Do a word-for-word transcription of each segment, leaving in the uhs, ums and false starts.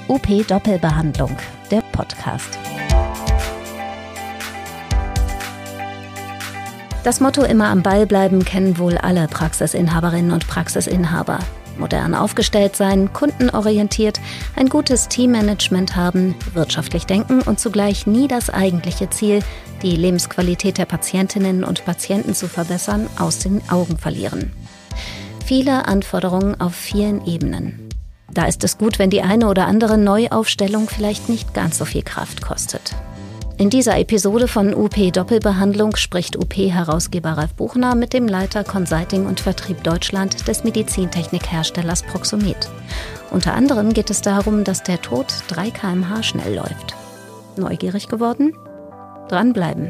U P-Doppelbehandlung, der Podcast. Das Motto „immer am Ball bleiben“ kennen wohl alle Praxisinhaberinnen und Praxisinhaber. Modern aufgestellt sein, kundenorientiert, ein gutes Teammanagement haben, wirtschaftlich denken und zugleich nie das eigentliche Ziel, die Lebensqualität der Patientinnen und Patienten zu verbessern, aus den Augen verlieren. Viele Anforderungen auf vielen Ebenen. Da ist es gut, wenn die eine oder andere Neuaufstellung vielleicht nicht ganz so viel Kraft kostet. In dieser Episode von U P-Doppelbehandlung spricht U P-Herausgeber Ralf Buchner mit dem Leiter Consulting und Vertrieb Deutschland des Medizintechnikherstellers Proxomed. Unter anderem geht es darum, dass der Tod drei Kilometer pro Stunde schnell läuft. Neugierig geworden? Dranbleiben!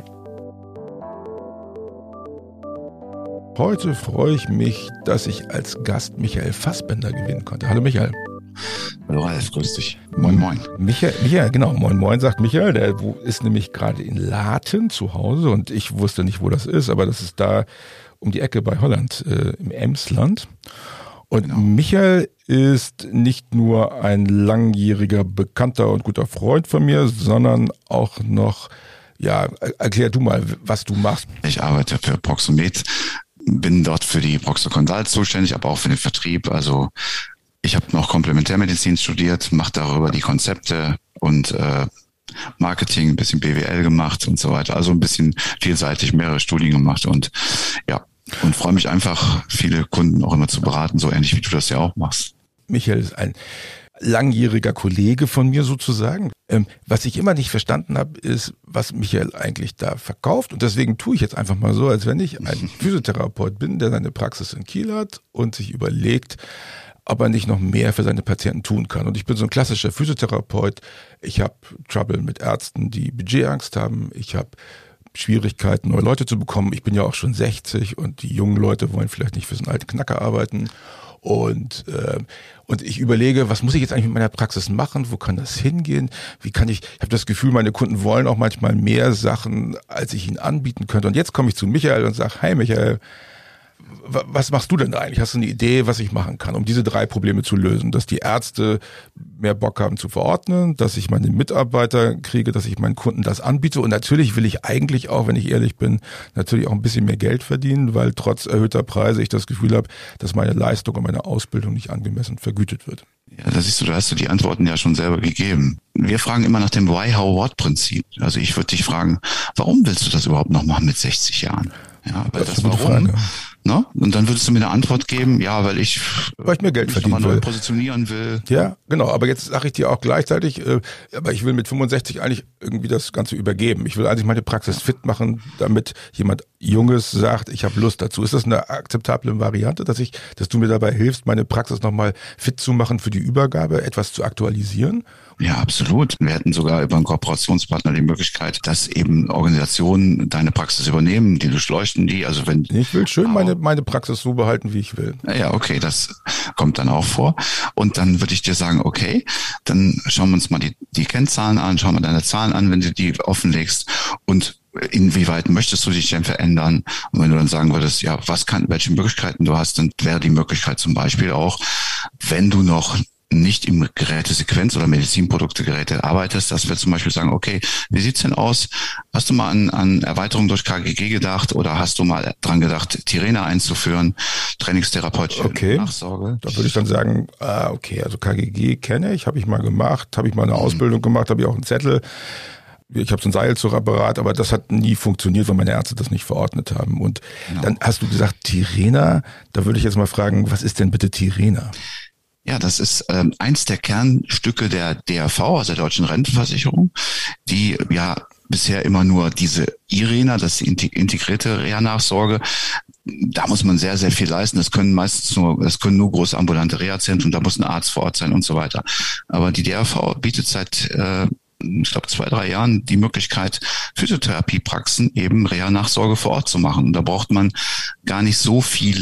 Heute freue ich mich, dass ich als Gast Michael Fassbender gewinnen konnte. Hallo Michael. Hallo Ralf, grüß dich. Moin, moin. Michael, Michael, genau, moin, moin, sagt Michael. Der ist nämlich gerade in Laten zu Hause und ich wusste nicht, wo das ist, aber das ist da um die Ecke bei Holland, äh, im Emsland. Und genau. Michael ist nicht nur ein langjähriger Bekannter und guter Freund von mir, sondern auch noch, ja, erklär du mal, was du machst. Ich arbeite für Proxomed, bin dort für die Proxo Consult zuständig, aber auch für den Vertrieb, also ich habe noch Komplementärmedizin studiert, mache darüber die Konzepte und äh, Marketing, ein bisschen B W L gemacht und so weiter. Also ein bisschen vielseitig, mehrere Studien gemacht und ja, und freue mich einfach, viele Kunden auch immer zu beraten, so ähnlich wie du das ja auch machst. Michael ist ein langjähriger Kollege von mir sozusagen. Ähm, was ich immer nicht verstanden habe, ist, was Michael eigentlich da verkauft. Und deswegen tue ich jetzt einfach mal so, als wenn ich ein Physiotherapeut bin, der seine Praxis in Kiel hat und sich überlegt, ob er nicht noch mehr für seine Patienten tun kann. Und ich bin so ein klassischer Physiotherapeut. Ich habe Trouble mit Ärzten, die Budgetangst haben. Ich habe Schwierigkeiten, neue Leute zu bekommen. Ich bin ja auch schon sechzig und die jungen Leute wollen vielleicht nicht für so einen alten Knacker arbeiten. Und äh, und ich überlege, was muss ich jetzt eigentlich mit meiner Praxis machen? Wo kann das hingehen? Wie kann ich? Ich habe das Gefühl, meine Kunden wollen auch manchmal mehr Sachen, als ich ihnen anbieten könnte. Und jetzt komme ich zu Michael und sage: Hey Michael, was machst du denn da eigentlich? Hast du eine Idee, was ich machen kann, um diese drei Probleme zu lösen? Dass die Ärzte mehr Bock haben zu verordnen, dass ich meine Mitarbeiter kriege, dass ich meinen Kunden das anbiete. Und natürlich will ich eigentlich auch, wenn ich ehrlich bin, natürlich auch ein bisschen mehr Geld verdienen, weil trotz erhöhter Preise ich das Gefühl habe, dass meine Leistung und meine Ausbildung nicht angemessen vergütet wird. Ja, da siehst du, da hast du die Antworten ja schon selber gegeben. Wir fragen immer nach dem Why, How, What-Prinzip. Also ich würde dich fragen, warum willst du das überhaupt noch machen mit sechzig Jahren? Ja, weil das, das warum, ne? Und dann würdest du mir eine Antwort geben, ja, weil ich, weil ich mir Geld mich verdienen neu will. positionieren will. Ja, genau. Aber jetzt sage ich dir auch gleichzeitig, äh, aber ich will mit fünfundsechzig eigentlich irgendwie das Ganze übergeben. Ich will eigentlich meine Praxis fit machen, damit jemand Junges sagt, ich habe Lust dazu. Ist das eine akzeptable Variante, dass ich, dass du mir dabei hilfst, meine Praxis nochmal fit zu machen für die Übergabe, etwas zu aktualisieren? Ja, absolut. Wir hätten sogar über einen Kooperationspartner die Möglichkeit, dass eben Organisationen deine Praxis übernehmen, die durchleuchten die. Also wenn ich will schön meine meine Praxis so behalten, wie ich will. Ja, okay, das kommt dann auch vor. Und dann würde ich dir sagen, okay, dann schauen wir uns mal die die Kennzahlen an, schauen wir deine Zahlen an, wenn du die offenlegst und inwieweit möchtest du dich denn verändern? Und wenn du dann sagen würdest, ja, was kann, welche Möglichkeiten du hast, dann wäre die Möglichkeit zum Beispiel auch, wenn du noch nicht im Gerätesequenz oder Medizinprodukte-Geräte arbeitest, dass wir zum Beispiel sagen, okay, wie sieht's denn aus? Hast du mal an, an Erweiterung durch K G G gedacht oder hast du mal dran gedacht, Tirena einzuführen, Trainingstherapeutische okay. Nachsorge? Da würde ich dann sagen, ah, okay, also K G G kenne ich, habe ich mal gemacht, habe ich mal eine mhm. Ausbildung gemacht, habe ich auch einen Zettel. Ich habe so ein Seil zur Apparat, aber das hat nie funktioniert, weil meine Ärzte das nicht verordnet haben. Und genau. Dann hast du gesagt, Tirena, da würde ich jetzt mal fragen, was ist denn bitte Tirena? Ja, das ist ähm, eins der Kernstücke der D R V, also der Deutschen Rentenversicherung, die ja bisher immer nur diese IRENA, das ist die integrierte Reha-Nachsorge. Da muss man sehr, sehr viel leisten. Das können meistens nur, das können nur große ambulante Reha-Zentren, da muss ein Arzt vor Ort sein und so weiter. Aber die D R V bietet seit äh, ich glaube, zwei, drei Jahren die Möglichkeit, Physiotherapiepraxen eben Reha-Nachsorge vor Ort zu machen. Und da braucht man gar nicht so viel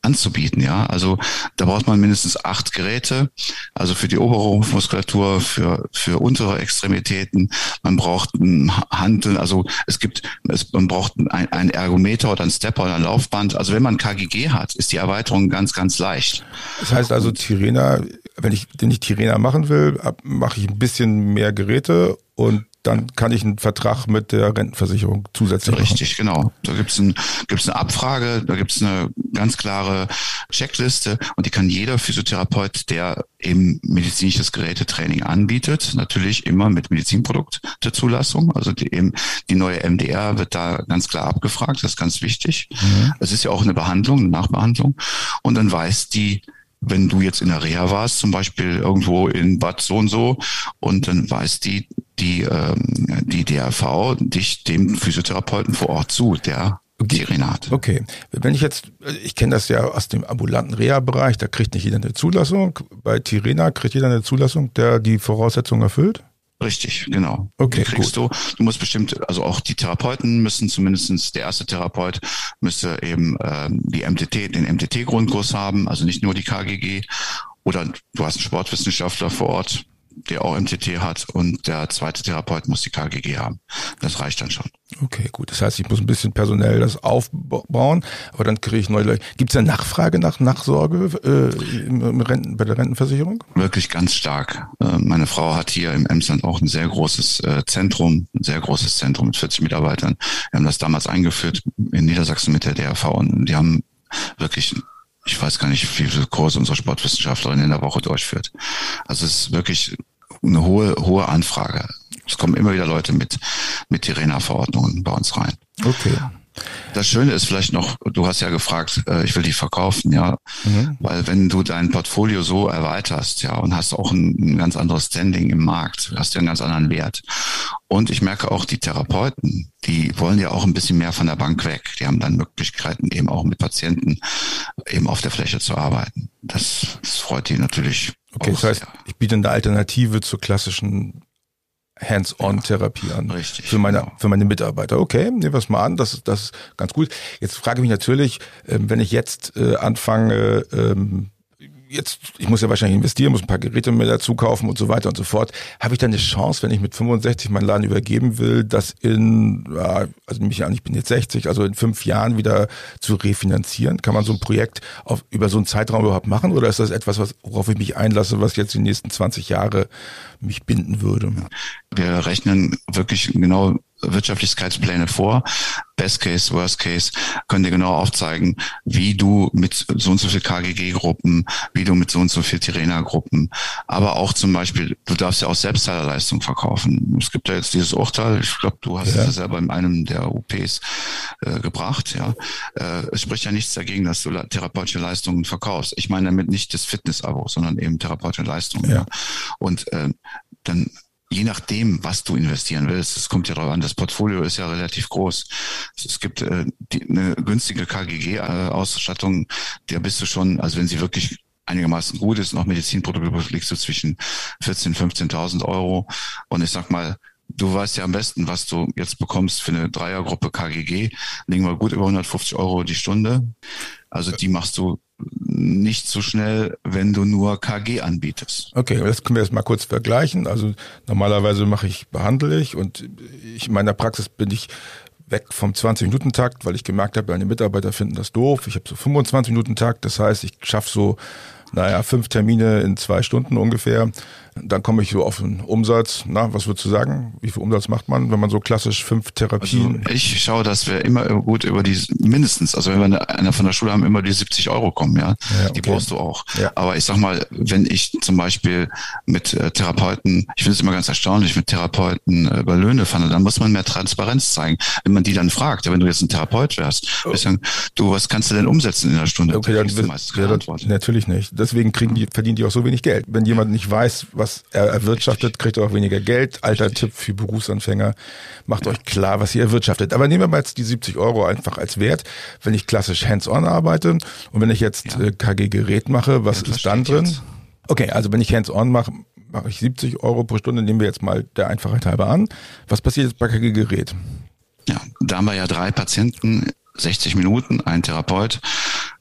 anzubieten, ja. Also da braucht man mindestens acht Geräte, also für die obere Rumpfmuskulatur, für für untere Extremitäten. Man braucht ein Hanteln, also es gibt, es, man braucht ein, ein Ergometer oder ein Stepper oder ein Laufband. Also wenn man K G G hat, ist die Erweiterung ganz, ganz leicht. Das heißt also Tirrenia, wenn ich den ich Tirrenia machen will, mache ich ein bisschen mehr Geräte und dann kann ich einen Vertrag mit der Rentenversicherung zusätzlich machen. Richtig, genau. Da gibt's ein, gibt's eine Abfrage, da gibt's eine ganz klare Checkliste und die kann jeder Physiotherapeut, der eben medizinisches Gerätetraining anbietet, natürlich immer mit Medizinprodukte-Zulassung, also die, eben die neue M D R wird da ganz klar abgefragt, das ist ganz wichtig. Mhm. Es ist ja auch eine Behandlung, eine Nachbehandlung und dann weiß die, wenn du jetzt in der Reha warst, zum Beispiel irgendwo in Bad so und so, und dann weiß die, die, ähm, die D R V dich dem Physiotherapeuten vor Ort zu, der Tirrenia hat. Okay. Wenn ich jetzt, ich kenne das ja aus dem ambulanten Reha-Bereich, da kriegt nicht jeder eine Zulassung. Bei Tirrenia kriegt jeder eine Zulassung, der die Voraussetzungen erfüllt? Richtig, genau. Okay, die kriegst gut. Du. Du musst bestimmt, also auch die Therapeuten müssen zumindestens, der erste Therapeut müsste eben ähm, die M T T, den M T T-Grundkurs haben, also nicht nur die K G G. Oder du hast einen Sportwissenschaftler vor Ort, der auch M T T hat, und der zweite Therapeut muss die K G G haben. Das reicht dann schon. Okay, gut. Das heißt, ich muss ein bisschen personell das aufbauen, aber dann kriege ich neue Leute. Gibt es eine Nachfrage nach Nachsorge äh, im Renten, bei der Rentenversicherung? Wirklich ganz stark. Äh, meine Frau hat hier im Emsland auch ein sehr großes äh, Zentrum, ein sehr großes Zentrum mit vierzig Mitarbeitern. Wir haben das damals eingeführt in Niedersachsen mit der D R V und die haben wirklich, ich weiß gar nicht, wie viele Kurse unsere Sportwissenschaftlerin in der Woche durchführt. Also es ist wirklich eine hohe, hohe Anfrage. Es kommen immer wieder Leute mit, mit Tirrenia-Verordnungen bei uns rein. Okay. Das Schöne ist vielleicht noch, du hast ja gefragt, äh, ich will die verkaufen, ja, mhm. weil wenn du dein Portfolio so erweiterst, ja, und hast auch ein, ein ganz anderes Standing im Markt, hast ja einen ganz anderen Wert. Und ich merke auch, die Therapeuten, die wollen ja auch ein bisschen mehr von der Bank weg. Die haben dann Möglichkeiten, eben auch mit Patienten eben auf der Fläche zu arbeiten. Das, das freut die natürlich. Okay, das heißt, ich biete eine Alternative zur klassischen Hands-on-Therapie an. Richtig, für meine, genau. für meine Mitarbeiter. Okay, nehmen wir es mal an, das, das ist ganz gut. Jetzt frage ich mich natürlich, wenn ich jetzt äh, anfange, ähm, jetzt, ich muss ja wahrscheinlich investieren, muss ein paar Geräte mir dazu kaufen und so weiter und so fort. Habe ich dann eine Chance, wenn ich mit fünfundsechzig meinen Laden übergeben will, das in, ja, also nehme ich an, ich bin jetzt sechzig, also in fünf Jahren wieder zu refinanzieren? Kann man so ein Projekt auf, über so einen Zeitraum überhaupt machen? Oder ist das etwas, was, worauf ich mich einlasse, was jetzt die nächsten zwanzig Jahre mich binden würde? Wir rechnen wirklich genau Wirtschaftlichkeitspläne vor. Best Case, Worst Case, können dir genau aufzeigen, wie du mit so und so viel K G G-Gruppen, wie du mit so und so viel Tirrenia-Gruppen, aber auch zum Beispiel, du darfst ja auch Selbstzahlerleistung verkaufen. Es gibt ja jetzt dieses Urteil, ich glaube, du hast ja. es ja bei einem der U Ps äh, gebracht, ja. Äh, es spricht ja nichts dagegen, dass du therapeutische Leistungen verkaufst. Ich meine damit nicht das Fitness-Abo, sondern eben therapeutische Leistungen. Ja. Ja. Und äh, dann je nachdem, was du investieren willst, es kommt ja darauf an, das Portfolio ist ja relativ groß. Es gibt äh, die, eine günstige K G G-Ausstattung, der bist du schon, also wenn sie wirklich einigermaßen gut ist, noch Medizinprodukte, liegst du zwischen vierzehntausend, fünfzehntausend Euro. Und ich sag mal, du weißt ja am besten, was du jetzt bekommst für eine Dreiergruppe K G G. Liegen wir gut über hundertfünfzig Euro die Stunde. Also die machst du nicht so schnell, wenn du nur K G anbietest. Okay, das können wir jetzt mal kurz vergleichen. Also normalerweise mache ich, behandle ich und ich in meiner Praxis bin ich weg vom zwanzig-Minuten-Takt, weil ich gemerkt habe, meine Mitarbeiter finden das doof. Ich habe so fünfundzwanzig-Minuten-Takt, das heißt, ich schaffe so, naja, fünf Termine in zwei Stunden ungefähr. Dann komme ich so auf einen Umsatz. Na, was würdest du sagen? Wie viel Umsatz macht man, wenn man so klassisch fünf Therapien? Also ich schaue, dass wir immer gut über die, mindestens, also wenn wir eine, einer von der Schule haben, immer die siebzig Euro kommen, ja. ja okay. Die brauchst du auch. Ja. Aber ich sag mal, wenn ich zum Beispiel mit äh, Therapeuten, ich finde es immer ganz erstaunlich, mit Therapeuten äh, über Löhne verhandle, dann muss man mehr Transparenz zeigen. Wenn man die dann fragt, ja, wenn du jetzt ein Therapeut wärst, oh. wirst du sagen, du, was kannst du denn umsetzen in einer Stunde? Okay, dann wird, meistens keine Antwort. Natürlich nicht. Deswegen kriegen die, verdienen die auch so wenig Geld. Wenn jemand nicht weiß, was er erwirtschaftet, kriegt er auch weniger Geld. Alter Richtig. Tipp für Berufsanfänger. Macht ja. euch klar, was ihr erwirtschaftet. Aber nehmen wir mal jetzt die siebzig Euro einfach als Wert. Wenn ich klassisch hands-on arbeite und wenn ich jetzt ja. K G-Gerät mache, was ja, ist dann drin? Jetzt. Okay, also wenn ich hands-on mache, mache ich siebzig Euro pro Stunde. Nehmen wir jetzt mal der Einfachheit halber an. Was passiert jetzt bei K G-Gerät? Ja, da haben wir ja drei Patienten, sechzig Minuten, ein Therapeut.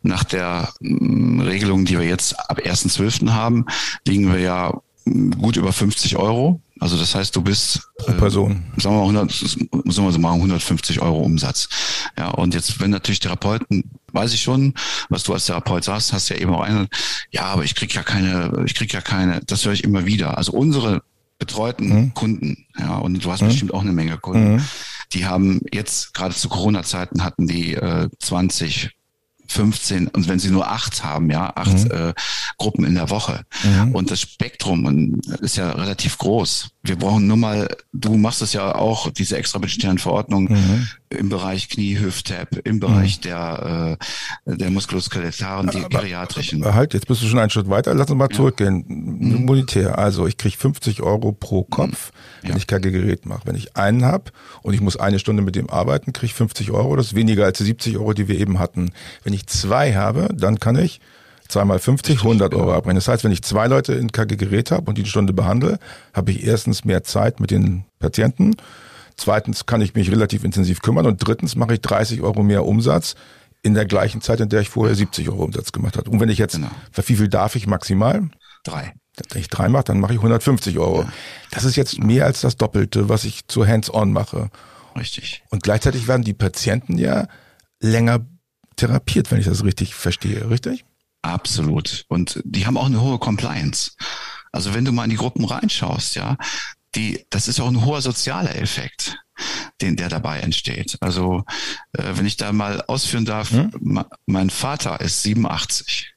nach der mh, Regelung, die wir jetzt ab ersten zwölften haben, liegen wir ja gut über fünfzig Euro. Also das heißt, du bist pro Person. Äh, sagen wir mal hundert, sagen wir so machen, hundertfünfzig Euro Umsatz. Ja, und jetzt, wenn natürlich Therapeuten, weiß ich schon, was du als Therapeut sagst, hast ja eben auch einen, ja, aber ich krieg ja keine, ich krieg ja keine, das höre ich immer wieder. Also unsere betreuten mhm. Kunden, ja, und du hast mhm. bestimmt auch eine Menge Kunden, mhm. die haben jetzt, gerade zu Corona-Zeiten hatten die äh, zwanzig, fünfzehn, und wenn sie nur acht haben, ja, acht mhm. äh, Gruppen in der Woche. Mhm. Und das Spektrum ist ja relativ groß. Wir brauchen nur mal, du machst es ja auch, diese extra budgetären Verordnungen mhm. im Bereich Knie, Hüft-Tab, im Bereich mhm. der äh, der muskuloskelettaren, die geriatrischen. Aber halt, jetzt bist du schon einen Schritt weiter. Lass uns mal ja. zurückgehen. Mhm. Monetär. Also ich kriege fünfzig Euro pro Kopf, mhm. wenn ja. ich K G-Gerät mache. Wenn ich einen habe und ich muss eine Stunde mit dem arbeiten, kriege ich fünfzig Euro. Das ist weniger als die siebzig Euro, die wir eben hatten. Wenn ich zwei habe, dann kann ich zweimal fünfzig, hundert Euro abbrechen. Das heißt, wenn ich zwei Leute in K G-Gerät habe und die eine Stunde behandle, habe ich erstens mehr Zeit mit den Patienten. Zweitens kann ich mich relativ intensiv kümmern. Und drittens mache ich dreißig Euro mehr Umsatz in der gleichen Zeit, in der ich vorher siebzig Euro Umsatz gemacht habe. Und wenn ich jetzt, genau. wie viel darf ich maximal? Drei. Wenn ich drei mache, dann mache ich hundertfünfzig Euro. Ja. Das ist jetzt mehr als das Doppelte, was ich zu Hands-on mache. Richtig. Und gleichzeitig werden die Patienten ja länger therapiert, wenn ich das richtig verstehe, richtig? Absolut. Und die haben auch eine hohe Compliance. Also wenn du mal in die Gruppen reinschaust, ja, die, das ist auch ein hoher sozialer Effekt, den der dabei entsteht. Also äh, wenn ich da mal ausführen darf, hm? ma, mein Vater ist siebenundachtzig.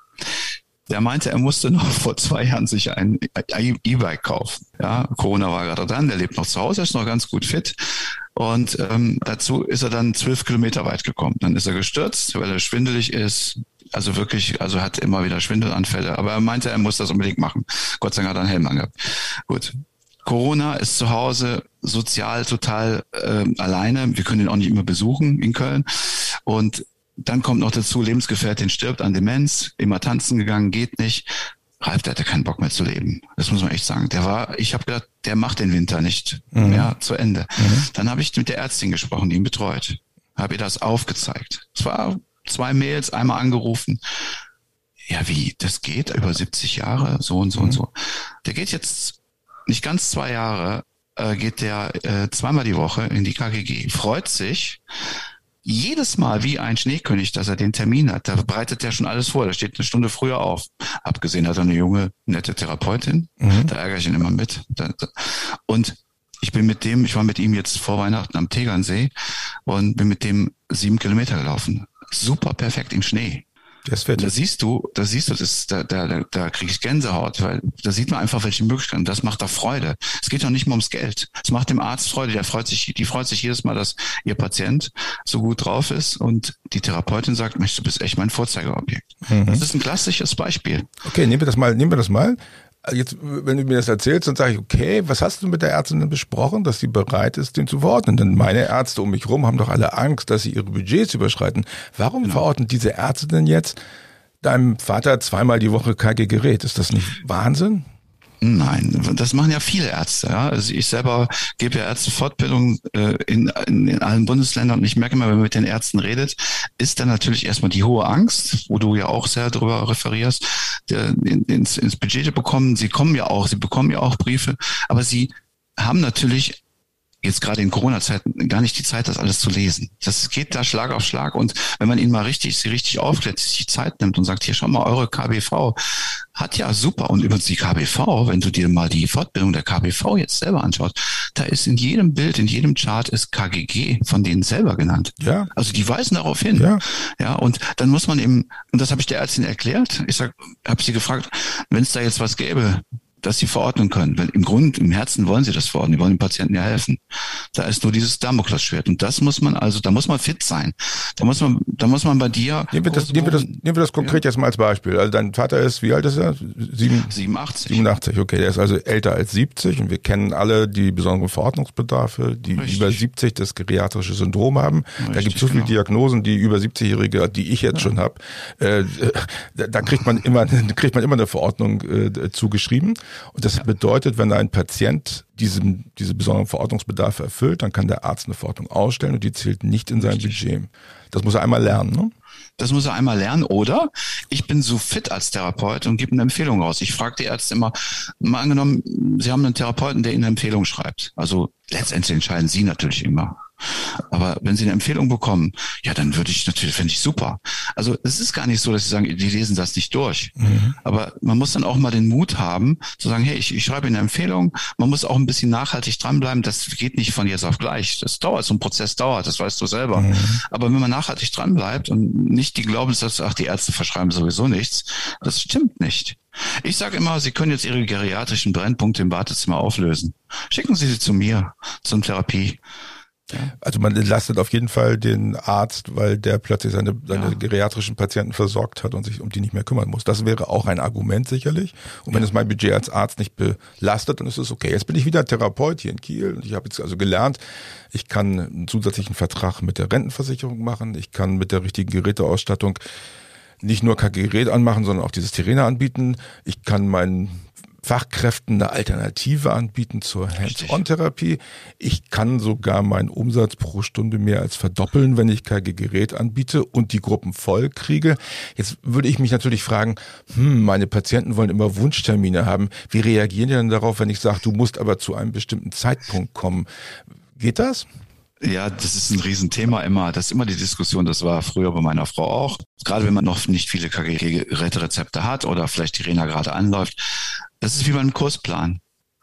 Der meinte, er musste noch vor zwei Jahren sich ein E-Bike kaufen. Ja, Corona war gerade dran, der lebt noch zu Hause, ist noch ganz gut fit. Und ähm, dazu ist er dann zwölf Kilometer weit gekommen. Dann ist er gestürzt, weil er schwindelig ist. Also wirklich, also hat immer wieder Schwindelanfälle. Aber er meinte, er muss das unbedingt machen. Gott sei Dank hat er einen Helm angehabt. Gut. Corona ist zu Hause sozial total äh, alleine. Wir können ihn auch nicht immer besuchen in Köln. Und dann kommt noch dazu, Lebensgefährtin stirbt an Demenz, immer tanzen gegangen, geht nicht. Ralf, der hatte keinen Bock mehr zu leben. Das muss man echt sagen. Der war, ich habe gedacht, der macht den Winter nicht mhm. mehr zu Ende. Mhm. Dann habe ich mit der Ärztin gesprochen, die ihn betreut. Habe ihr das aufgezeigt. Es war zwei Mails, einmal angerufen. Ja, wie, das geht über siebzig Jahre, so und so mhm. und so. Der geht jetzt nicht ganz zwei Jahre, äh, geht der äh, zweimal die Woche in die K G G. Freut sich jedes Mal wie ein Schneekönig, dass er den Termin hat. Da bereitet er schon alles vor. Da steht eine Stunde früher auf. Abgesehen hat er eine junge, nette Therapeutin. Mhm. Da ärgere ich ihn immer mit. Und ich bin mit dem, ich war mit ihm jetzt vor Weihnachten am Tegernsee und bin mit dem sieben Kilometer gelaufen. Super perfekt im Schnee. Das wird da siehst du, da siehst du, das, da, da, da, da kriege ich Gänsehaut, weil da sieht man einfach, welche Möglichkeiten. Das macht doch Freude. Es geht doch nicht mehr ums Geld. Es macht dem Arzt Freude. Der freut sich, die freut sich jedes Mal, dass ihr Patient so gut drauf ist und die Therapeutin sagt, Mensch, du bist echt mein Vorzeigeobjekt. Mhm. Das ist ein klassisches Beispiel. Okay, nehmen wir das mal, nehmen wir das mal. Jetzt, wenn du mir das erzählst, dann sage ich, okay, was hast du mit der Ärztin denn besprochen, dass sie bereit ist, den zu verordnen? Denn meine Ärzte um mich rum haben doch alle Angst, dass sie ihre Budgets überschreiten. Warum genau. verordnet diese Ärzte denn jetzt deinem Vater zweimal die Woche K G-Gerät? Ist das nicht Wahnsinn? Nein, das machen ja viele Ärzte. Ja. Also ich selber gebe ja Ärztefortbildung äh, in, in, in allen Bundesländern und ich merke immer, wenn man mit den Ärzten redet, ist dann natürlich erstmal die hohe Angst, wo du ja auch sehr drüber referierst, der, in, ins, ins Budget bekommen. Sie kommen ja auch, sie bekommen ja auch Briefe, aber sie haben natürlich jetzt gerade in Corona-Zeiten gar nicht die Zeit, das alles zu lesen. Das geht da Schlag auf Schlag und wenn man ihn mal richtig, sie richtig aufklärt, sich die Zeit nimmt und sagt, hier schau mal, eure K B V hat ja super und übrigens die K B V, wenn du dir mal die Fortbildung der K B V jetzt selber anschaust, da ist in jedem Bild, in jedem Chart ist K G G von denen selber genannt. Ja. Also die weisen darauf hin. Ja. Ja, und dann muss man eben, und das habe ich der Ärztin erklärt, ich sag, habe sie gefragt, wenn es da jetzt was gäbe, dass sie verordnen können. Weil im Grund, im Herzen wollen sie das verordnen. Die wollen den Patienten ja helfen. Da ist nur dieses Damoklesschwert. Und das muss man, also, da muss man fit sein. Da muss man, da muss man bei dir. Nehmen wir das, nehmen wir das, nehmen wir das konkret ja. jetzt mal als Beispiel. Also dein Vater ist, wie alt ist er? Sieben, siebenundachtzig. siebenundachtzig, okay. Der ist also älter als siebzig und wir kennen alle die besonderen Verordnungsbedarfe, die Richtig. über siebzig das geriatrische Syndrom haben. Richtig, da gibt es so viele genau. Diagnosen, die über siebzigjährige, die ich jetzt ja. schon habe. Äh, da kriegt man immer, kriegt man immer eine Verordnung äh, zugeschrieben. Und das bedeutet, wenn ein Patient diesen, diese besonderen Verordnungsbedarfe erfüllt, dann kann der Arzt eine Verordnung ausstellen und die zählt nicht in sein Budget. Das muss er einmal lernen, ne? Das muss er einmal lernen. Oder ich bin so fit als Therapeut und gebe eine Empfehlung raus. Ich frage die Ärzte immer, mal angenommen, Sie haben einen Therapeuten, der Ihnen eine Empfehlung schreibt. Also letztendlich entscheiden Sie natürlich immer. Aber wenn Sie eine Empfehlung bekommen, ja, dann würde ich natürlich, finde ich super. Also es ist gar nicht so, dass Sie sagen, die lesen das nicht durch. Mhm. Aber man muss dann auch mal den Mut haben, zu sagen, hey, ich, ich schreibe Ihnen eine Empfehlung. Man muss auch ein bisschen nachhaltig dranbleiben. Das geht nicht von jetzt auf gleich. Das dauert, so ein Prozess dauert, das weißt du selber. Mhm. Aber wenn man nachhaltig dranbleibt und nicht die Glaubenssatz, ach, die Ärzte verschreiben sowieso nichts, das stimmt nicht. Ich sage immer, Sie können jetzt Ihre geriatrischen Brennpunkte im Wartezimmer auflösen. Schicken Sie sie zu mir, zur Therapie. Also man entlastet auf jeden Fall den Arzt, weil der plötzlich seine, seine ja. geriatrischen Patienten versorgt hat und sich um die nicht mehr kümmern muss. Das wäre auch ein Argument sicherlich. Und wenn ja. es mein Budget als Arzt nicht belastet, dann ist es okay. Jetzt bin ich wieder Therapeut hier in Kiel und ich habe jetzt also gelernt, ich kann einen zusätzlichen Vertrag mit der Rentenversicherung machen, ich kann mit der richtigen Geräteausstattung nicht nur kein Gerät anmachen, sondern auch dieses Terrain anbieten. Ich kann meinen Fachkräften eine Alternative anbieten zur Hands-on-Therapie. Ich kann sogar meinen Umsatz pro Stunde mehr als verdoppeln, wenn ich kein Gerät anbiete und die Gruppen voll kriege. Jetzt würde ich mich natürlich fragen, hm, meine Patienten wollen immer Wunschtermine haben. Wie reagieren die denn darauf, wenn ich sage, du musst aber zu einem bestimmten Zeitpunkt kommen? Geht das? Ja, das ist ein Riesenthema immer. Das ist immer die Diskussion, das war früher bei meiner Frau auch. Gerade wenn man noch nicht viele K G G-Geräterezepte hat oder vielleicht die Rena gerade anläuft. Das ist wie bei einem Kursplan.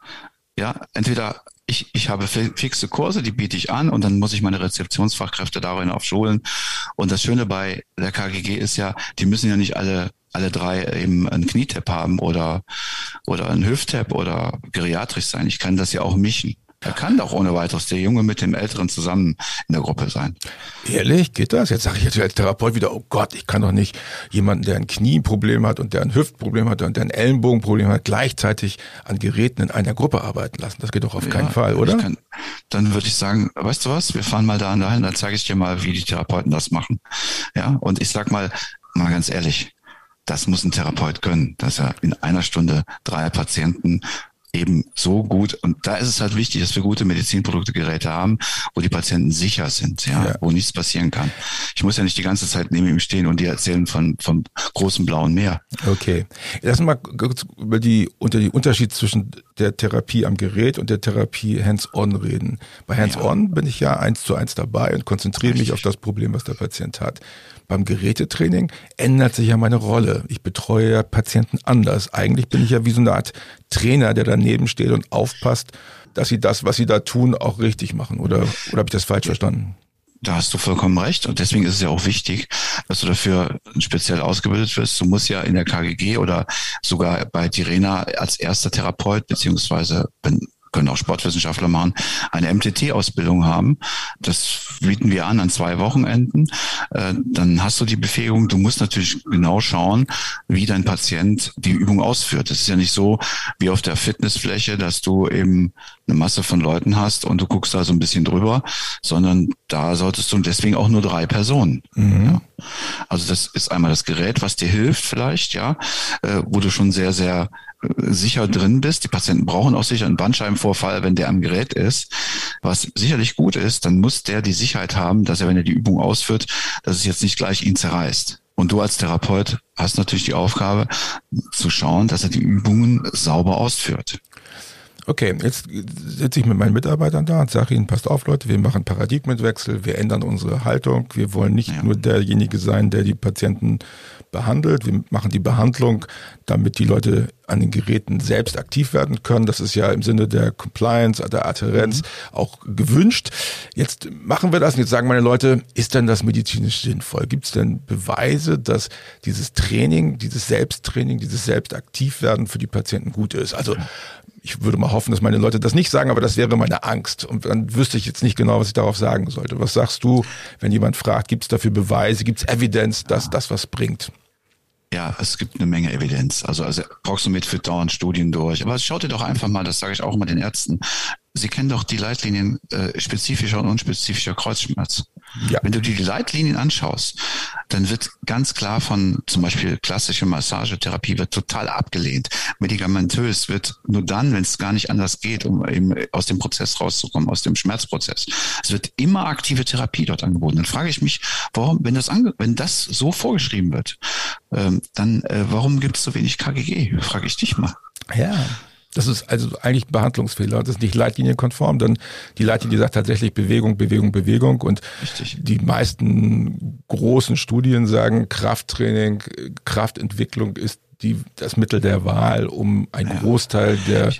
Ja, entweder ich, ich habe fixe Kurse, die biete ich an und dann muss ich meine Rezeptionsfachkräfte darin aufschulen. Und das Schöne bei der K G G ist ja, die müssen ja nicht alle alle drei eben einen Knietap haben oder oder einen Hüfttap oder geriatrisch sein. Ich kann das ja auch mischen. Er kann doch ohne weiteres der Junge mit dem Älteren zusammen in der Gruppe sein. Ehrlich, geht das? Jetzt sage ich jetzt als Therapeut wieder, oh Gott, ich kann doch nicht jemanden, der ein Knieproblem hat und der ein Hüftproblem hat und der ein Ellenbogenproblem hat, gleichzeitig an Geräten in einer Gruppe arbeiten lassen. Das geht doch auf ja, keinen Fall, oder? Kann, dann würde ich sagen, weißt du was, wir fahren mal da dahin, dann zeige ich dir mal, wie die Therapeuten das machen. Ja, und ich sag mal, mal ganz ehrlich, das muss ein Therapeut können, dass er in einer Stunde drei Patienten eben so gut, und da ist es halt wichtig, dass wir gute Medizinprodukte, Geräte haben, wo die Patienten sicher sind, ja, ja, wo nichts passieren kann. Ich muss ja nicht die ganze Zeit neben ihm stehen und dir erzählen von vom großen blauen Meer. Okay, lass uns mal kurz über die unter die Unterschied zwischen der Therapie am Gerät und der Therapie Hands-on reden. Bei Hands-on ja. bin ich ja eins zu eins dabei und konzentriere Richtig. mich auf das Problem, was der Patient hat. Beim Gerätetraining ändert sich ja meine Rolle. Ich betreue ja Patienten anders. Eigentlich bin ich ja wie so eine Art Trainer, der daneben steht und aufpasst, dass sie das, was sie da tun, auch richtig machen. Oder, oder habe ich das falsch verstanden? Da hast du vollkommen recht. Und deswegen ist es ja auch wichtig, dass du dafür speziell ausgebildet wirst. Du musst ja in der K G G oder sogar bei Tirena als erster Therapeut, beziehungsweise wenn können auch Sportwissenschaftler machen, eine M T T-Ausbildung haben. Das bieten wir an an zwei Wochenenden. Äh, dann hast du die Befähigung. Du musst natürlich genau schauen, wie dein Patient die Übung ausführt. Es ist ja nicht so wie auf der Fitnessfläche, dass du eben eine Masse von Leuten hast und du guckst da so ein bisschen drüber, sondern da solltest du deswegen auch nur drei Personen. Mhm. Ja. Also das ist einmal das Gerät, was dir hilft vielleicht, ja, äh, wo du schon sehr, sehr sicher drin bist. Die Patienten brauchen auch sicher einen Bandscheibenvorfall, wenn der am Gerät ist. Was sicherlich gut ist, dann muss der die Sicherheit haben, dass er, wenn er die Übung ausführt, dass es jetzt nicht gleich ihn zerreißt. Und du als Therapeut hast natürlich die Aufgabe, zu schauen, dass er die Übungen sauber ausführt. Okay, jetzt sitze ich mit meinen Mitarbeitern da und sage ihnen, passt auf Leute, wir machen Paradigmenwechsel, wir ändern unsere Haltung, wir wollen nicht ja. nur derjenige sein, der die Patienten behandelt, wir machen die Behandlung, damit die Leute an den Geräten selbst aktiv werden können. Das ist ja im Sinne der Compliance, der Adhärenz mhm. auch gewünscht. Jetzt machen wir das und jetzt sagen meine Leute, ist denn das medizinisch sinnvoll? Gibt es denn Beweise, dass dieses Training, dieses Selbsttraining, dieses Selbstaktivwerden für die Patienten gut ist? Also ich würde mal hoffen, dass meine Leute das nicht sagen, aber das wäre meine Angst. Und dann wüsste ich jetzt nicht genau, was ich darauf sagen sollte. Was sagst du, wenn jemand fragt, gibt es dafür Beweise, gibt es Evidenz, dass ja. das was bringt? Ja, es gibt eine Menge Evidenz. Also, also Proximate führt dauernd Studien durch. Aber schaut dir doch einfach mal, das sage ich auch immer den Ärzten, Sie kennen doch die Leitlinien äh, spezifischer und unspezifischer Kreuzschmerz. Ja. Wenn du dir die Leitlinien anschaust, dann wird ganz klar von zum Beispiel klassische Massagetherapie wird total abgelehnt. Medikamentös wird nur dann, wenn es gar nicht anders geht, um eben aus dem Prozess rauszukommen, aus dem Schmerzprozess. Es wird immer aktive Therapie dort angeboten. Dann frage ich mich, warum, wenn das ange- wenn das so vorgeschrieben wird, ähm, dann äh, warum gibt es so wenig K G G? Frage ich dich mal. Ja. Das ist also eigentlich ein Behandlungsfehler. Das ist nicht leitlinienkonform, denn die Leitlinie sagt tatsächlich Bewegung, Bewegung, Bewegung. Und Richtig. Die meisten großen Studien sagen, Krafttraining, Kraftentwicklung ist die, das Mittel der Wahl, um einen ja. Großteil der,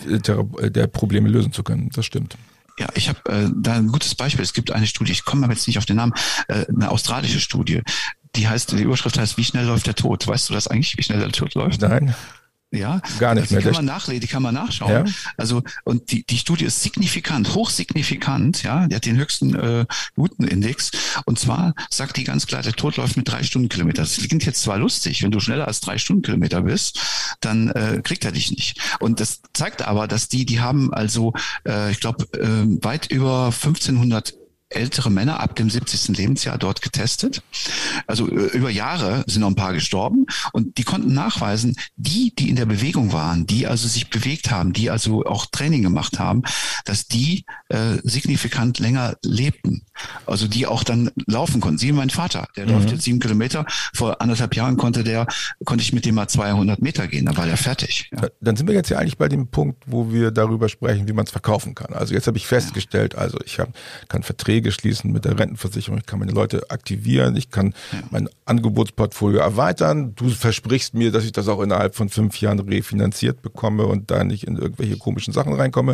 der, der Probleme lösen zu können. Das stimmt. Ja, ich habe äh, da ein gutes Beispiel. Es gibt eine Studie, ich komme aber jetzt nicht auf den Namen, äh, eine australische Studie. Die heißt, die Überschrift heißt, wie schnell läuft der Tod? Weißt du das eigentlich, wie schnell der Tod läuft? Nein. Ja, gar nicht die mehr. Kann man nachlesen, die kann man nachschauen. Ja. Also und die die Studie ist signifikant, hochsignifikant. Ja, die hat den höchsten äh, Newton-Index. Und zwar sagt die ganz klar, der Tod läuft mit drei Stundenkilometer. Das klingt jetzt zwar lustig, wenn du schneller als drei Stundenkilometer bist, dann äh, kriegt er dich nicht. Und das zeigt aber, dass die die haben also, äh, ich glaube, äh, weit über fünfzehnhundert ältere Männer ab dem siebzigsten Lebensjahr dort getestet. Also über Jahre sind noch ein paar gestorben und die konnten nachweisen, die, die in der Bewegung waren, die also sich bewegt haben, die also auch Training gemacht haben, dass die äh, signifikant länger lebten. Also die auch dann laufen konnten. Sie, mein Vater, der mhm. läuft jetzt sieben Kilometer. Vor anderthalb Jahren konnte der, konnte ich mit dem mal zweihundert Meter gehen. Da war der fertig. Ja. Dann sind wir jetzt ja eigentlich bei dem Punkt, wo wir darüber sprechen, wie man es verkaufen kann. Also jetzt habe ich festgestellt, also ich hab, kann Verträge schließen mit der Rentenversicherung, ich kann meine Leute aktivieren, ich kann ja. mein Angebotsportfolio erweitern. Du versprichst mir, dass ich das auch innerhalb von fünf Jahren refinanziert bekomme und da nicht in irgendwelche komischen Sachen reinkomme.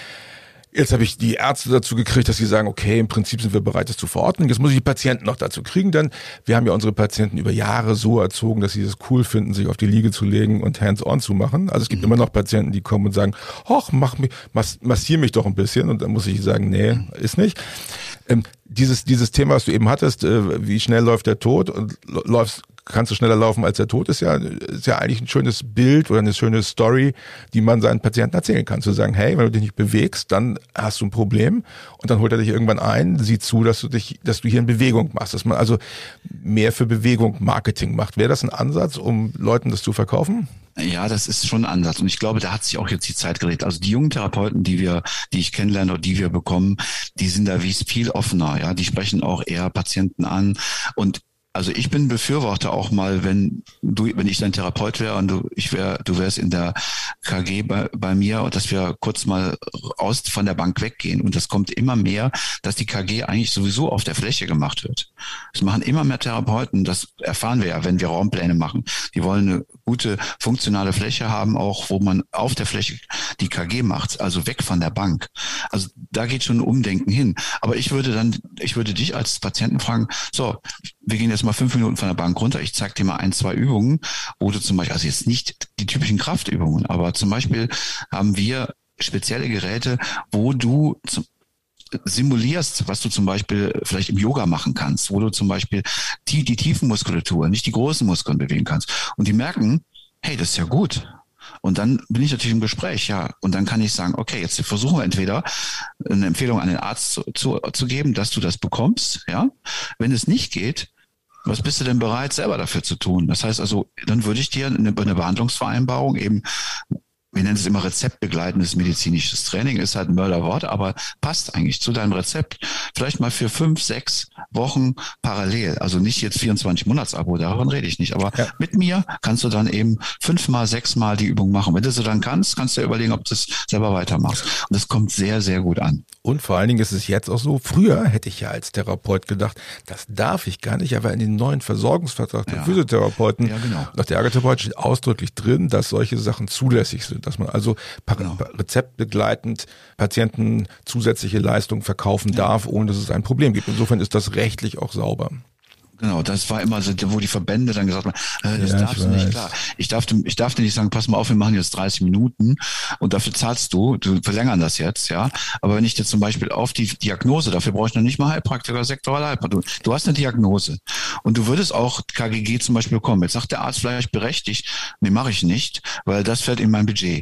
Jetzt habe ich die Ärzte dazu gekriegt, dass sie sagen, okay, im Prinzip sind wir bereit, das zu verordnen. Jetzt muss ich die Patienten noch dazu kriegen, denn wir haben ja unsere Patienten über Jahre so erzogen, dass sie es cool finden, sich auf die Liege zu legen und hands-on zu machen. Also es gibt mhm. immer noch Patienten, die kommen und sagen, ach, mach mich, mass, massier mich doch ein bisschen. Und dann muss ich sagen, nee, ist nicht. Ähm, dieses, dieses Thema, was du eben hattest, äh, wie schnell läuft der Tod und läufst kannst du schneller laufen als der Tod, ist ja, ist ja eigentlich ein schönes Bild oder eine schöne Story, die man seinen Patienten erzählen kann. Zu sagen, hey, wenn du dich nicht bewegst, dann hast du ein Problem und dann holt er dich irgendwann ein, sieht zu, dass du dich, dass du hier in Bewegung machst, dass man also mehr für Bewegung Marketing macht. Wäre das ein Ansatz, um Leuten das zu verkaufen? Ja, das ist schon ein Ansatz. Und ich glaube, da hat sich auch jetzt die Zeit gedreht. Also die jungen Therapeuten, die wir, die ich kennenlerne oder die wir bekommen, die sind da wie viel offener. Ja, die sprechen auch eher Patienten an. Und also ich bin Befürworter auch mal, wenn du, wenn ich dein Therapeut wäre und du, ich wäre, du wärst in der K G bei, bei mir und dass wir kurz mal aus von der Bank weggehen. Und das kommt immer mehr, dass die K G eigentlich sowieso auf der Fläche gemacht wird. Das machen immer mehr Therapeuten. Das erfahren wir ja, wenn wir Raumpläne machen. Die wollen eine gute funktionale Fläche haben, auch wo man auf der Fläche die K G macht, also weg von der Bank. Also da geht schon ein Umdenken hin. Aber ich würde dann, ich würde dich als Patienten fragen, so, wir gehen jetzt mal fünf Minuten von der Bank runter. Ich zeige dir mal ein, zwei Übungen, wo du zum Beispiel, also jetzt nicht die typischen Kraftübungen, aber zum Beispiel haben wir spezielle Geräte, wo du zum simulierst, was du zum Beispiel vielleicht im Yoga machen kannst, wo du zum Beispiel die, die tiefen Muskulatur, nicht die großen Muskeln bewegen kannst. Und die merken, hey, das ist ja gut. Und dann bin ich natürlich im Gespräch, ja. Und dann kann ich sagen, okay, jetzt versuchen wir entweder eine Empfehlung an den Arzt zu, zu, zu geben, dass du das bekommst, ja. Wenn es nicht geht, was bist du denn bereit, selber dafür zu tun? Das heißt also, dann würde ich dir eine, eine Behandlungsvereinbarung eben, wir nennen es immer rezeptbegleitendes medizinisches Training, ist halt ein Mörderwort, aber passt eigentlich zu deinem Rezept. Vielleicht mal für fünf, sechs Wochen parallel. Also nicht jetzt vierundzwanzig Monats-Abo, davon rede ich nicht. Aber ja. mit mir kannst du dann eben fünfmal, sechsmal die Übung machen. Wenn du so dann kannst, kannst du dir überlegen, ob du es selber weitermachst. Und das kommt sehr, sehr gut an. Und vor allen Dingen ist es jetzt auch so, früher hätte ich ja als Therapeut gedacht, das darf ich gar nicht, aber in den neuen Versorgungsvertrag der ja. Physiotherapeuten, ja, genau. nach der Ergotherapeut steht ausdrücklich drin, dass solche Sachen zulässig sind, dass man also genau. rezeptbegleitend Patienten zusätzliche Leistungen verkaufen ja. darf, ohne dass es ein Problem gibt. Insofern ist das rechtlich auch sauber. Genau, das war immer so, wo die Verbände dann gesagt haben, äh, das ja, darfst du nicht, klar. Ich darf, ich darf dir nicht sagen, pass mal auf, wir machen jetzt dreißig Minuten und dafür zahlst du, du verlängern das jetzt, ja. Aber wenn ich jetzt zum Beispiel auf die Diagnose, dafür brauche ich noch nicht mal Heilpraktiker, sektorale Heilpraktiker. Du, du hast eine Diagnose und du würdest auch K G G zum Beispiel bekommen. Jetzt sagt der Arzt vielleicht berechtigt, nee, mache ich nicht, weil das fällt in mein Budget.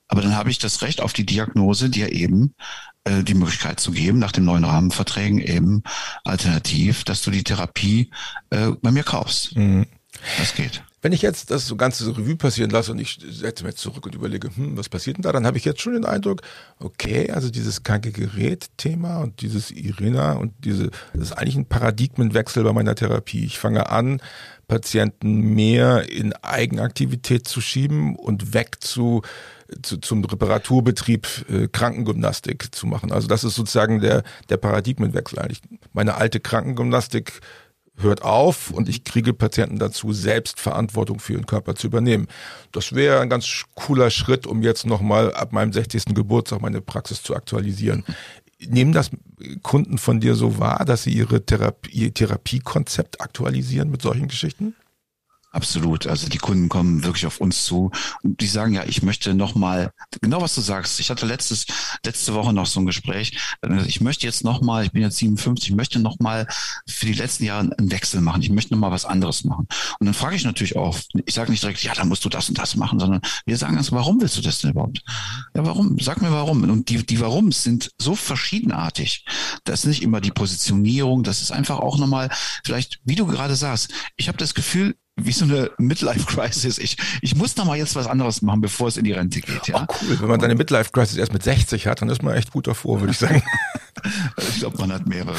Aber dann habe ich das Recht auf die Diagnose, dir eben äh, die Möglichkeit zu geben, nach den neuen Rahmenverträgen eben alternativ, dass du die Therapie äh, bei mir kaufst. Mhm. Das geht. Wenn ich jetzt das so ganze Revue passieren lasse und ich setze mich zurück und überlege, hm, was passiert denn da, dann habe ich jetzt schon den Eindruck, okay, also dieses kranke Gerät-Thema und dieses Irena und diese, das ist eigentlich ein Paradigmenwechsel bei meiner Therapie. Ich fange an, Patienten mehr in Eigenaktivität zu schieben und weg zu, zu zum Reparaturbetrieb äh, Krankengymnastik zu machen. Also das ist sozusagen der, der Paradigmenwechsel eigentlich. Meine alte Krankengymnastik hört auf und ich kriege Patienten dazu, selbst Verantwortung für ihren Körper zu übernehmen. Das wäre ein ganz cooler Schritt, um jetzt nochmal ab meinem sechzigsten Geburtstag meine Praxis zu aktualisieren. Nehmen das Kunden von dir so wahr, dass sie ihre Therapie, ihr Therapiekonzept aktualisieren mit solchen Geschichten? Absolut. Also die Kunden kommen wirklich auf uns zu und die sagen, ja, ich möchte nochmal, genau was du sagst. Ich hatte letztes, letzte Woche noch so ein Gespräch. Ich möchte jetzt nochmal, ich bin jetzt siebenundfünfzig, ich möchte nochmal für die letzten Jahre einen Wechsel machen. Ich möchte nochmal was anderes machen. Und dann frage ich natürlich auch, ich sage nicht direkt, ja, dann musst du das und das machen, sondern wir sagen also, warum willst du das denn überhaupt? Ja, warum? Sag mir warum. Und die, die Warums sind so verschiedenartig. Das ist nicht immer die Positionierung, das ist einfach auch nochmal, vielleicht, wie du gerade sagst, ich habe das Gefühl, wie so eine Midlife-Crisis. Ich, ich muss noch mal jetzt was anderes machen, bevor es in die Rente geht. Ja? Oh, cool. Wenn man seine Midlife-Crisis erst mit sechzig hat, dann ist man echt gut davor, würde ich sagen. Ich glaube, man hat mehrere.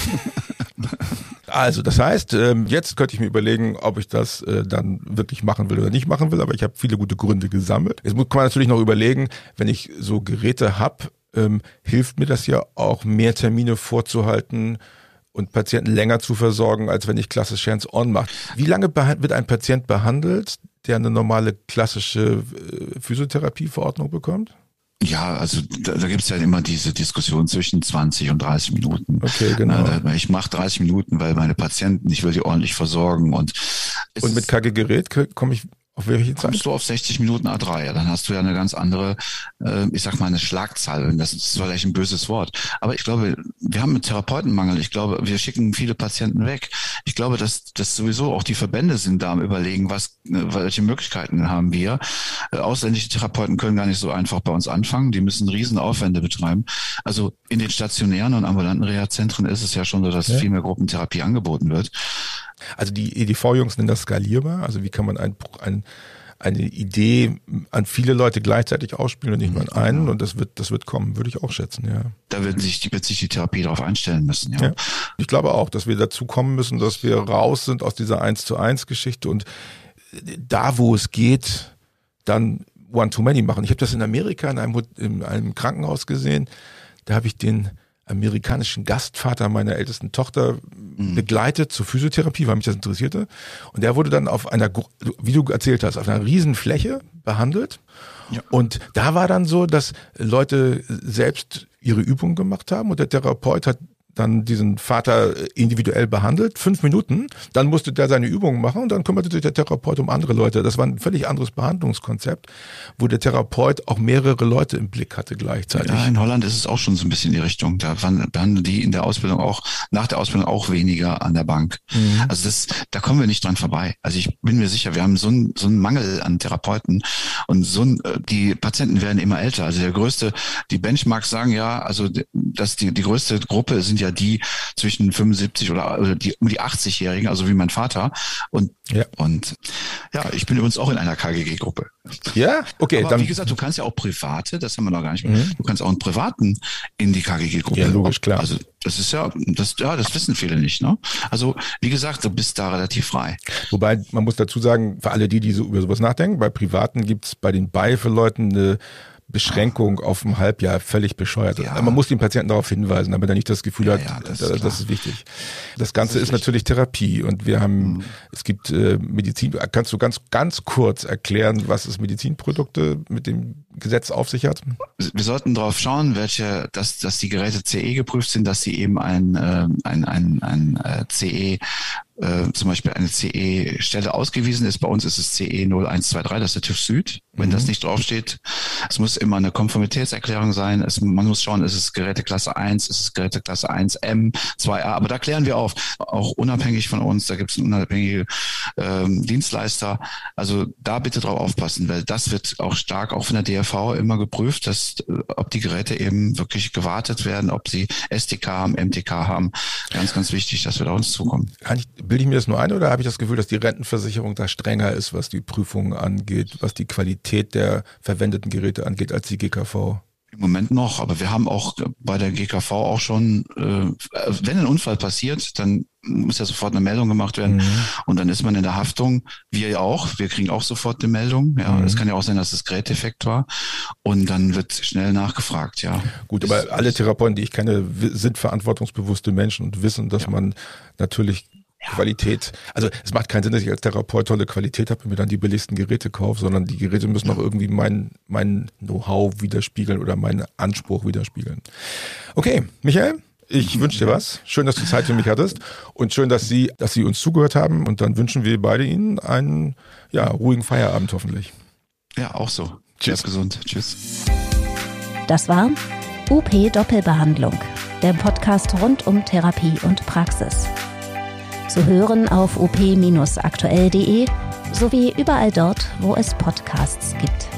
Also, das heißt, jetzt könnte ich mir überlegen, ob ich das dann wirklich machen will oder nicht machen will, aber ich habe viele gute Gründe gesammelt. Jetzt kann man natürlich noch überlegen, wenn ich so Geräte habe, hilft mir das ja auch, mehr Termine vorzuhalten und Patienten länger zu versorgen, als wenn ich klassisch Hands-on mache. Wie lange wird ein Patient behandelt, der eine normale klassische Physiotherapieverordnung bekommt? Ja, also da, da gibt es ja immer diese Diskussion zwischen zwanzig und dreißig Minuten. Okay, genau. Ich mache dreißig Minuten, weil meine Patienten, ich will die ordentlich versorgen. Und, und mit K G-Gerät komme ich auf welche Zeit? Kommst du auf sechzig Minuten A drei, ja, dann hast du ja eine ganz andere, äh, ich sag mal, eine Schlagzahl. Das ist vielleicht ein böses Wort. Aber ich glaube, wir haben einen Therapeutenmangel. Ich glaube, wir schicken viele Patienten weg. Ich glaube, dass, dass sowieso auch die Verbände sind da am Überlegen, was, welche Möglichkeiten haben wir. Äh, ausländische Therapeuten können gar nicht so einfach bei uns anfangen. Die müssen riesen Aufwände betreiben. Also in den stationären und ambulanten Reha-Zentren ist es ja schon so, dass ja. viel mehr Gruppentherapie angeboten wird. Also die E D V-Jungs nennen das skalierbar. Also wie kann man ein, ein, eine Idee an viele Leute gleichzeitig ausspielen und nicht nur an einen. Und das wird, das wird kommen, würde ich auch schätzen, ja. Da wird sich, wird sich die Therapie darauf einstellen müssen, ja. ja. Ich glaube auch, dass wir dazu kommen müssen, dass wir raus sind aus dieser eins zu eins Geschichte und da, wo es geht, dann One-to-Many machen. Ich habe das in Amerika in einem, in einem Krankenhaus gesehen. Da habe ich den amerikanischen Gastvater meiner ältesten Tochter mhm. begleitet zur Physiotherapie, weil mich das interessierte. Und der wurde dann auf einer, wie du erzählt hast, auf einer riesen Fläche behandelt. Ja. Und da war dann so, dass Leute selbst ihre Übungen gemacht haben und der Therapeut hat dann diesen Vater individuell behandelt, fünf Minuten, dann musste der seine Übungen machen und dann kümmerte sich der Therapeut um andere Leute. Das war ein völlig anderes Behandlungskonzept, wo der Therapeut auch mehrere Leute im Blick hatte gleichzeitig. Ja, in Holland ist es auch schon so ein bisschen in die Richtung. Da behandeln die in der Ausbildung auch, nach der Ausbildung auch weniger an der Bank. Mhm. Also das, da kommen wir nicht dran vorbei. Also ich bin mir sicher, wir haben so einen, so einen Mangel an Therapeuten und so ein, die Patienten werden immer älter. Also der größte, die Benchmarks sagen ja, also dass die, die größte Gruppe sind ja die zwischen fünfundsiebzig oder, oder die um die achtzig-Jährigen, also wie mein Vater. Und ja, und ja, ich bin übrigens auch in einer K G G-Gruppe. Ja, okay. Aber dann, wie gesagt, du kannst ja auch Private, das haben wir noch gar nicht mehr, mhm. du kannst auch einen Privaten in die K G G-Gruppe. Ja, logisch, klar. Also das ist ja, das, ja, das wissen viele nicht, ne? Also wie gesagt, du bist da relativ frei. Wobei, man muss dazu sagen, für alle die, die so über sowas nachdenken, bei Privaten gibt's bei den Beihilfeleuten eine Beschränkung auf ein Halbjahr völlig bescheuert. Ja. Man muss den Patienten darauf hinweisen, damit er nicht das Gefühl ja, hat, ja, das, das, ist das ist wichtig. Das Ganze das ist, ist natürlich Therapie und wir haben, mhm. es gibt äh, Medizin, kannst du ganz, ganz kurz erklären, was es Medizinprodukte mit dem Gesetz auf sich hat? Wir sollten darauf schauen, welche, dass, dass die Geräte C E geprüft sind, dass sie eben ein, äh, ein, ein, ein äh, C E Äh, zum Beispiel eine C E-Stelle ausgewiesen ist. Bei uns ist es C E null eins zwei drei, das ist der TÜV Süd. Wenn mhm. das nicht draufsteht, es muss immer eine Konformitätserklärung sein. Es, man muss schauen, ist es Geräteklasse eins, ist es Geräteklasse eins M, zwei A. Aber da klären wir auf, auch unabhängig von uns. Da gibt es einen unabhängigen ähm, Dienstleister. Also da bitte drauf aufpassen, weil das wird auch stark auch von der D R V immer geprüft, dass ob die Geräte eben wirklich gewartet werden, ob sie S T K haben, M T K haben. Ganz, ganz wichtig, dass wir da uns zukommen. Kann ich, bilde ich mir das nur ein oder habe ich das Gefühl, dass die Rentenversicherung da strenger ist, was die Prüfungen angeht, was die Qualität der verwendeten Geräte angeht, als die G K V? Im Moment noch, aber wir haben auch bei der G K V auch schon, äh, wenn ein Unfall passiert, dann muss ja sofort eine Meldung gemacht werden mhm. und dann ist man in der Haftung. Wir ja auch, wir kriegen auch sofort eine Meldung. Ja, es mhm. kann ja auch sein, dass es Gerätedefekt war und dann wird schnell nachgefragt. Ja, gut, aber alle Therapeuten, die ich kenne, sind verantwortungsbewusste Menschen und wissen, dass ja. man natürlich Qualität, also es macht keinen Sinn, dass ich als Therapeut tolle Qualität habe und mir dann die billigsten Geräte kaufe, sondern die Geräte müssen auch irgendwie mein, mein Know-how widerspiegeln oder meinen Anspruch widerspiegeln. Okay, Michael, ich wünsche dir was. Schön, dass du Zeit für mich hattest und schön, dass Sie, dass Sie uns zugehört haben und dann wünschen wir beide Ihnen einen ja, ruhigen Feierabend hoffentlich. Ja, auch so. Tschüss, gesund. Tschüss. Das war U P Doppelbehandlung, der Podcast rund um Therapie und Praxis. Zu hören auf u p Bindestrich aktuell Punkt de sowie überall dort, wo es Podcasts gibt.